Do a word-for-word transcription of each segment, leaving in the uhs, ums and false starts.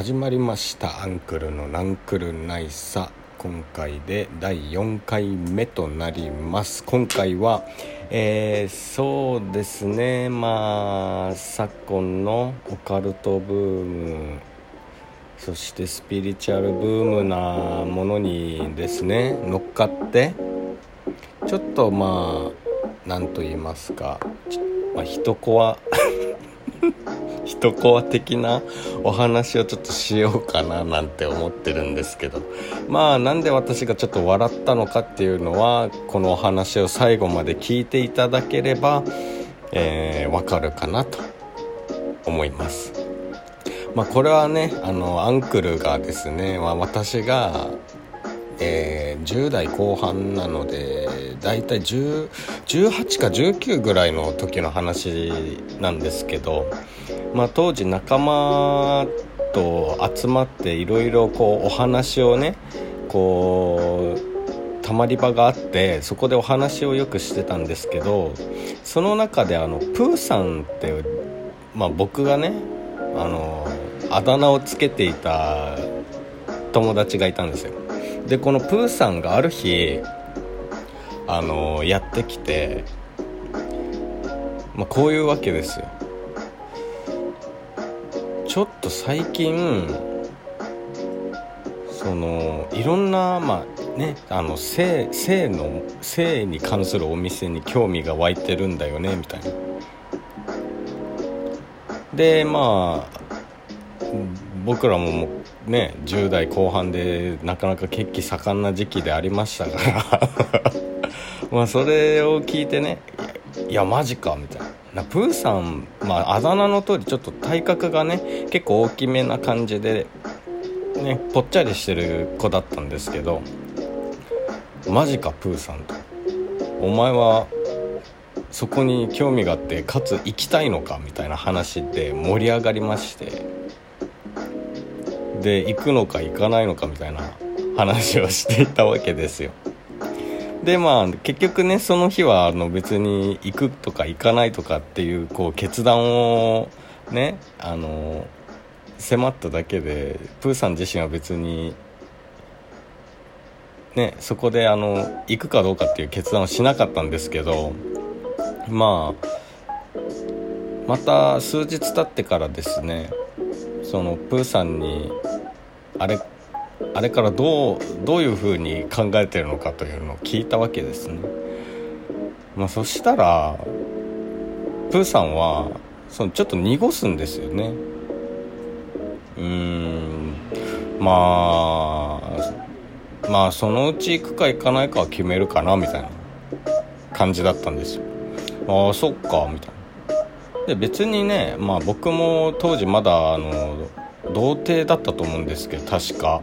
始まりましたアンクルのナンクルナイサ。今回でだいよんかいめとなります。今回は、えー、そうですねまあ昨今のオカルトブーム、そしてスピリチュアルブームなものにですね乗っかってちょっとまあなんと言いますか、まあ、一コア一コア的なお話をちょっとしようかななんて思ってるんですけど、まあなんで私がちょっと笑ったのかっていうのはこのお話を最後まで聞いていただければ、えー、わかるかなと思います。まあこれはねあのアンクルがですね、まあ、私がえー、じゅう代後半なのでだいたいじゅう、じゅうはちかじゅうきゅうぐらいの時の話なんですけど、まあ、当時仲間と集まっていろいろこうお話をねこうたまり場があって、そこでお話をよくしてたんですけど、その中であのプーさんって、まあ、僕がねあのあだ名をつけていた友達がいたんですよ。でこのプーさんがある日あのやってきて、まあ、こういうわけですよ。ちょっと最近そのいろんなまあねあの性性の性に関するお店に興味が湧いてるんだよねみたいな。でまあ僕らももうねじゅう代後半でなかなか血気盛んな時期でありましたからまあそれを聞いてね、いやマジかみたいな。プーさん、まああだ名の通りちょっと体格がね結構大きめな感じでねぽっちゃりしてる子だったんですけど、マジかプーさんと、お前はそこに興味があってかつ行きたいのかみたいな話で盛り上がりまして、で行くのか行かないのかみたいな話をしていたわけですよ。でまあ結局ねその日はあの別に行くとか行かないとかっていうこう決断をねあの迫っただけで、プーさん自身は別にねそこであの行くかどうかっていう決断をしなかったんですけど、まあまた数日経ってからですね、そのプーさんにあれあれからどうどういう風に考えてるのかというのを聞いたわけですね。まあそしたらプーさんはそのちょっと濁すんですよね。うーんまあまあそのうち行くか行かないかは決めるかなみたいな感じだったんですよ。ああそっかみたいな。で別にねまあ僕も当時まだあの童貞だったと思うんですけど確か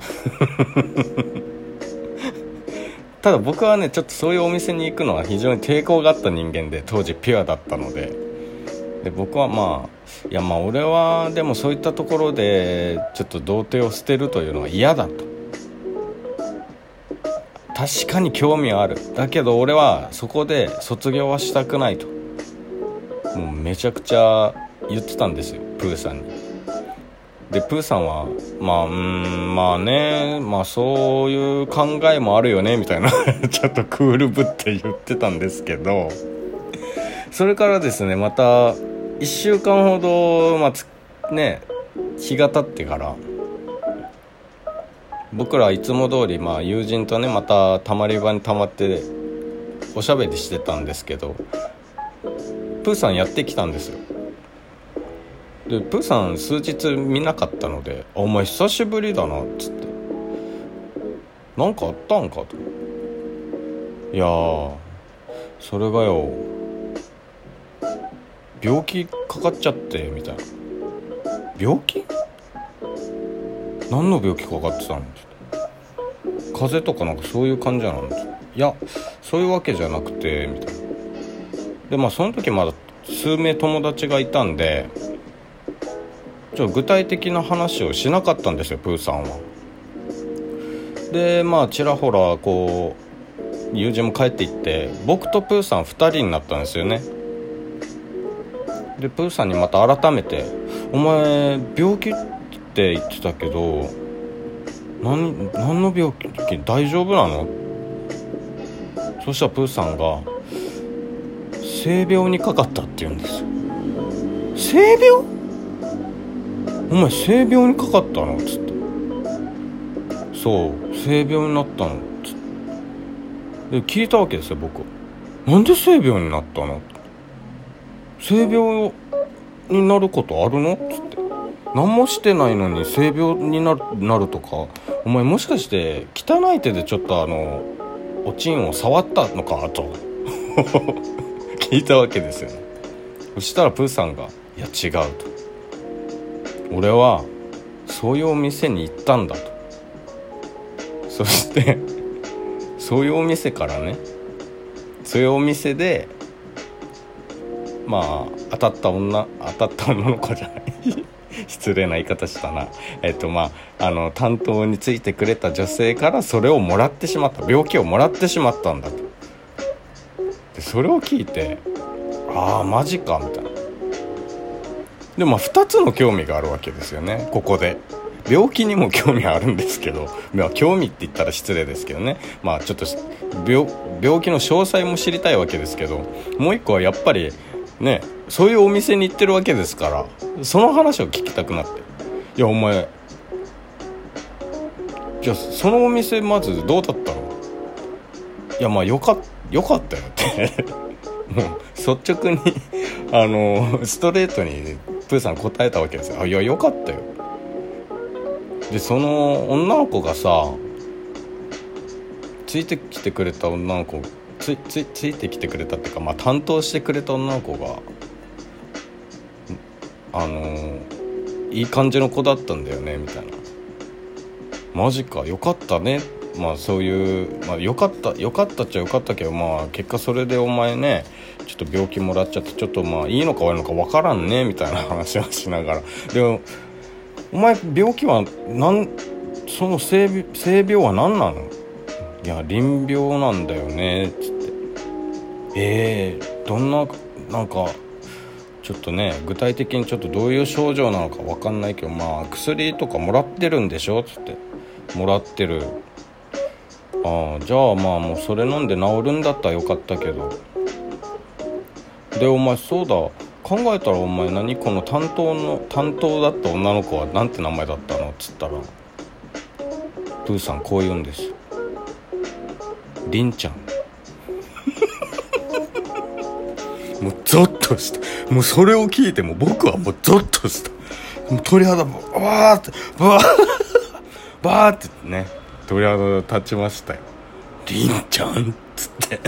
ただ僕はねちょっとそういうお店に行くのは非常に抵抗があった人間で、当時ピュアだったので、で僕はまあいやまあ俺はでもそういったところでちょっと童貞を捨てるというのは嫌だと。確かに興味はある、だけど俺はそこで卒業はしたくないともうめちゃくちゃ言ってたんですよプーさんに。でプーさんはまあうーんまあねまあそういう考えもあるよねみたいなちょっとクールぶって言ってたんですけど、それからですねまたいっしゅうかんほど、まあ、ね日が経ってから僕らはいつも通りまあ友人とねまたたまり場にたまっておしゃべりしてたんですけど、プーさんやってきたんですよ。でプーさん数日見なかったので、お前久しぶりだなっつって、なんかあったんかと。いやーそれがよ病気かかっちゃってみたいな。病気？何の病気かかってたの？風邪とかなんかそういう感じなの？いやそういうわけじゃなくてみたいな。でまあその時まだ数名友達がいたんでちょっと具体的な話をしなかったんですよプーさんは。でまあちらほらこう友人も帰っていって僕とプーさんふたりになったんですよね。でプーさんにまた改めてお前病気って言ってたけど、何何の病気大丈夫なの？そしたらプーさんが性病にかかったって言うんですよ。性病？お前性病にかかったの？つって。そう、性病になったの。つってで聞いたわけですよ、僕。なんで性病になったの？性病になることあるの？つって。何もしてないのに性病になる、なるとか、お前もしかして汚い手でちょっとあのおちんを触ったのかと聞いたわけですよね。そしたらプーさんが、いや違うと、俺はそういうお店に行ったんだと。そしてそういうお店からね、そういうお店でまあ当たった女当たった女の子じゃない失礼な言い方したな。えっとまああの担当についてくれた女性からそれをもらってしまった、病気をもらってしまったんだと。でそれを聞いて、ああマジかみたいな。でまあふたつの興味があるわけですよね。ここで病気にも興味あるんですけど、まあ、興味って言ったら失礼ですけどね、まあちょっと 病, 病気の詳細も知りたいわけですけど、もう一個はやっぱりね、そういうお店に行ってるわけですから、その話を聞きたくなって、いやお前じゃあそのお店まずどうだったの？いやまあよかよかったよってもう率直にあのストレートにプーさん答えたわけですよ。あ、いやよかったよ。でその女の子がさ、ついてきてくれた女の子つ, つ, ついてきてくれたっていうか、まあ、担当してくれた女の子があのー、いい感じの子だったんだよねみたいな。マジか、よかったね。まあそういう、まあ、よかったよかったっちゃよかったけど、まあ結果それでお前ねちょっと病気もらっちゃって、ちょっとまあいいのか悪いのか分からんねみたいな話をしながら、でもお前病気はなんその 性, 性病は何なの？いや淋病なんだよねつって。えー、どんななんかちょっとね具体的にちょっとどういう症状なのか分かんないけど、まあ薬とかもらってるんでしょつって。もらってる。ああじゃあまあもうそれ飲んで治るんだったらよかったけど。でお前そうだ、考えたらお前何この担当の担当だった女の子はなんて名前だったのっつったら、プーさんこう言うんですよ。りんちゃんもうゾッとした。もうそれを聞いても僕はもうゾッとした。もう鳥肌もわーってバーバーってね、鳥肌立ちましたよ。りんちゃんっつって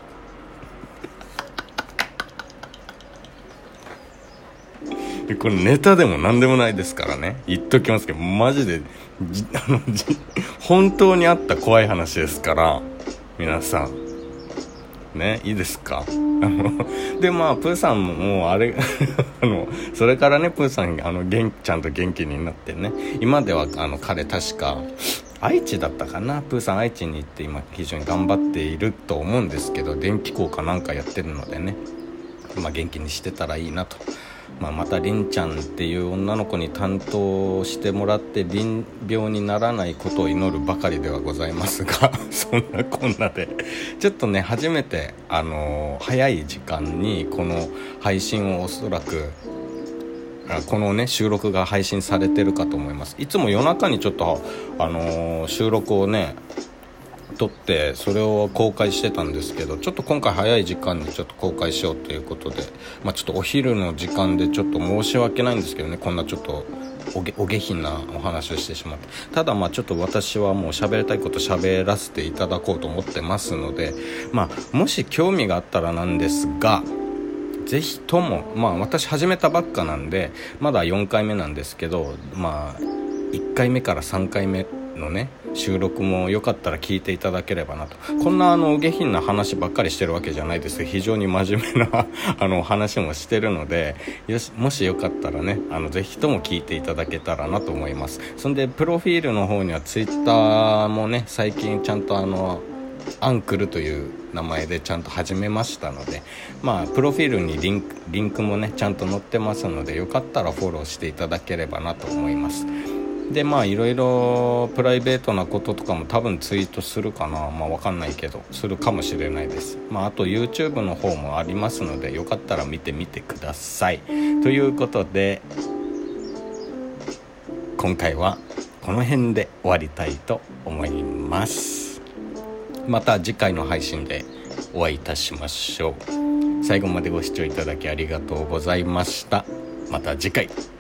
でこれネタでも何でもないですからね、言っときますけど、マジでじあのじ本当にあった怖い話ですから皆さんね、いいですか？あのでまあプーさんももうあれあのそれからねプーさんあの元ちゃんと元気になってね、今ではあの彼確か愛知だったかな、プーさん愛知に行って今非常に頑張っていると思うんですけど、電気工かなんかやってるのでね、まあ、元気にしてたらいいなと。まあ、またりんちゃんっていう女の子に担当してもらって淋病にならないことを祈るばかりではございますがそんなこんなでちょっとね初めて、あのー、早い時間にこの配信をおそらくこのね収録が配信されてるかと思います。いつも夜中にちょっと、あのー、収録をね撮ってそれを公開してたんですけど、ちょっと今回早い時間にちょっと公開しようということで、まあ、ちょっとお昼の時間でちょっと申し訳ないんですけどね、こんなちょっとおげお下品なお話をしてしまって、ただまあちょっと私はもう喋りたいこと喋らせていただこうと思ってますので、まあもし興味があったらなんですが、ぜひとも、まあ私始めたばっかなんでまだよんかいめなんですけど、まあいっかいめからさんかいめのね収録もよかったら聞いていただければなと。こんなあの下品な話ばっかりしてるわけじゃないです。非常に真面目なあの話もしてるので、よしもしよかったらね、あのぜひとも聞いていただけたらなと思います。そんでプロフィールの方にはツイッターもね最近ちゃんとあのアンクルという名前でちゃんと始めましたので、まあプロフィールにリンク、リンクもねちゃんと載ってますので、よかったらフォローしていただければなと思います。 でまあいろいろプライベートなこととかも多分ツイートするかな、まあ分かんないけどするかもしれないです。まああと YouTube の方もありますのでよかったら見てみてください。ということで今回はこの辺で終わりたいと思います。また次回の配信でお会いいたしましょう。最後までご視聴いただきありがとうございました。また次回。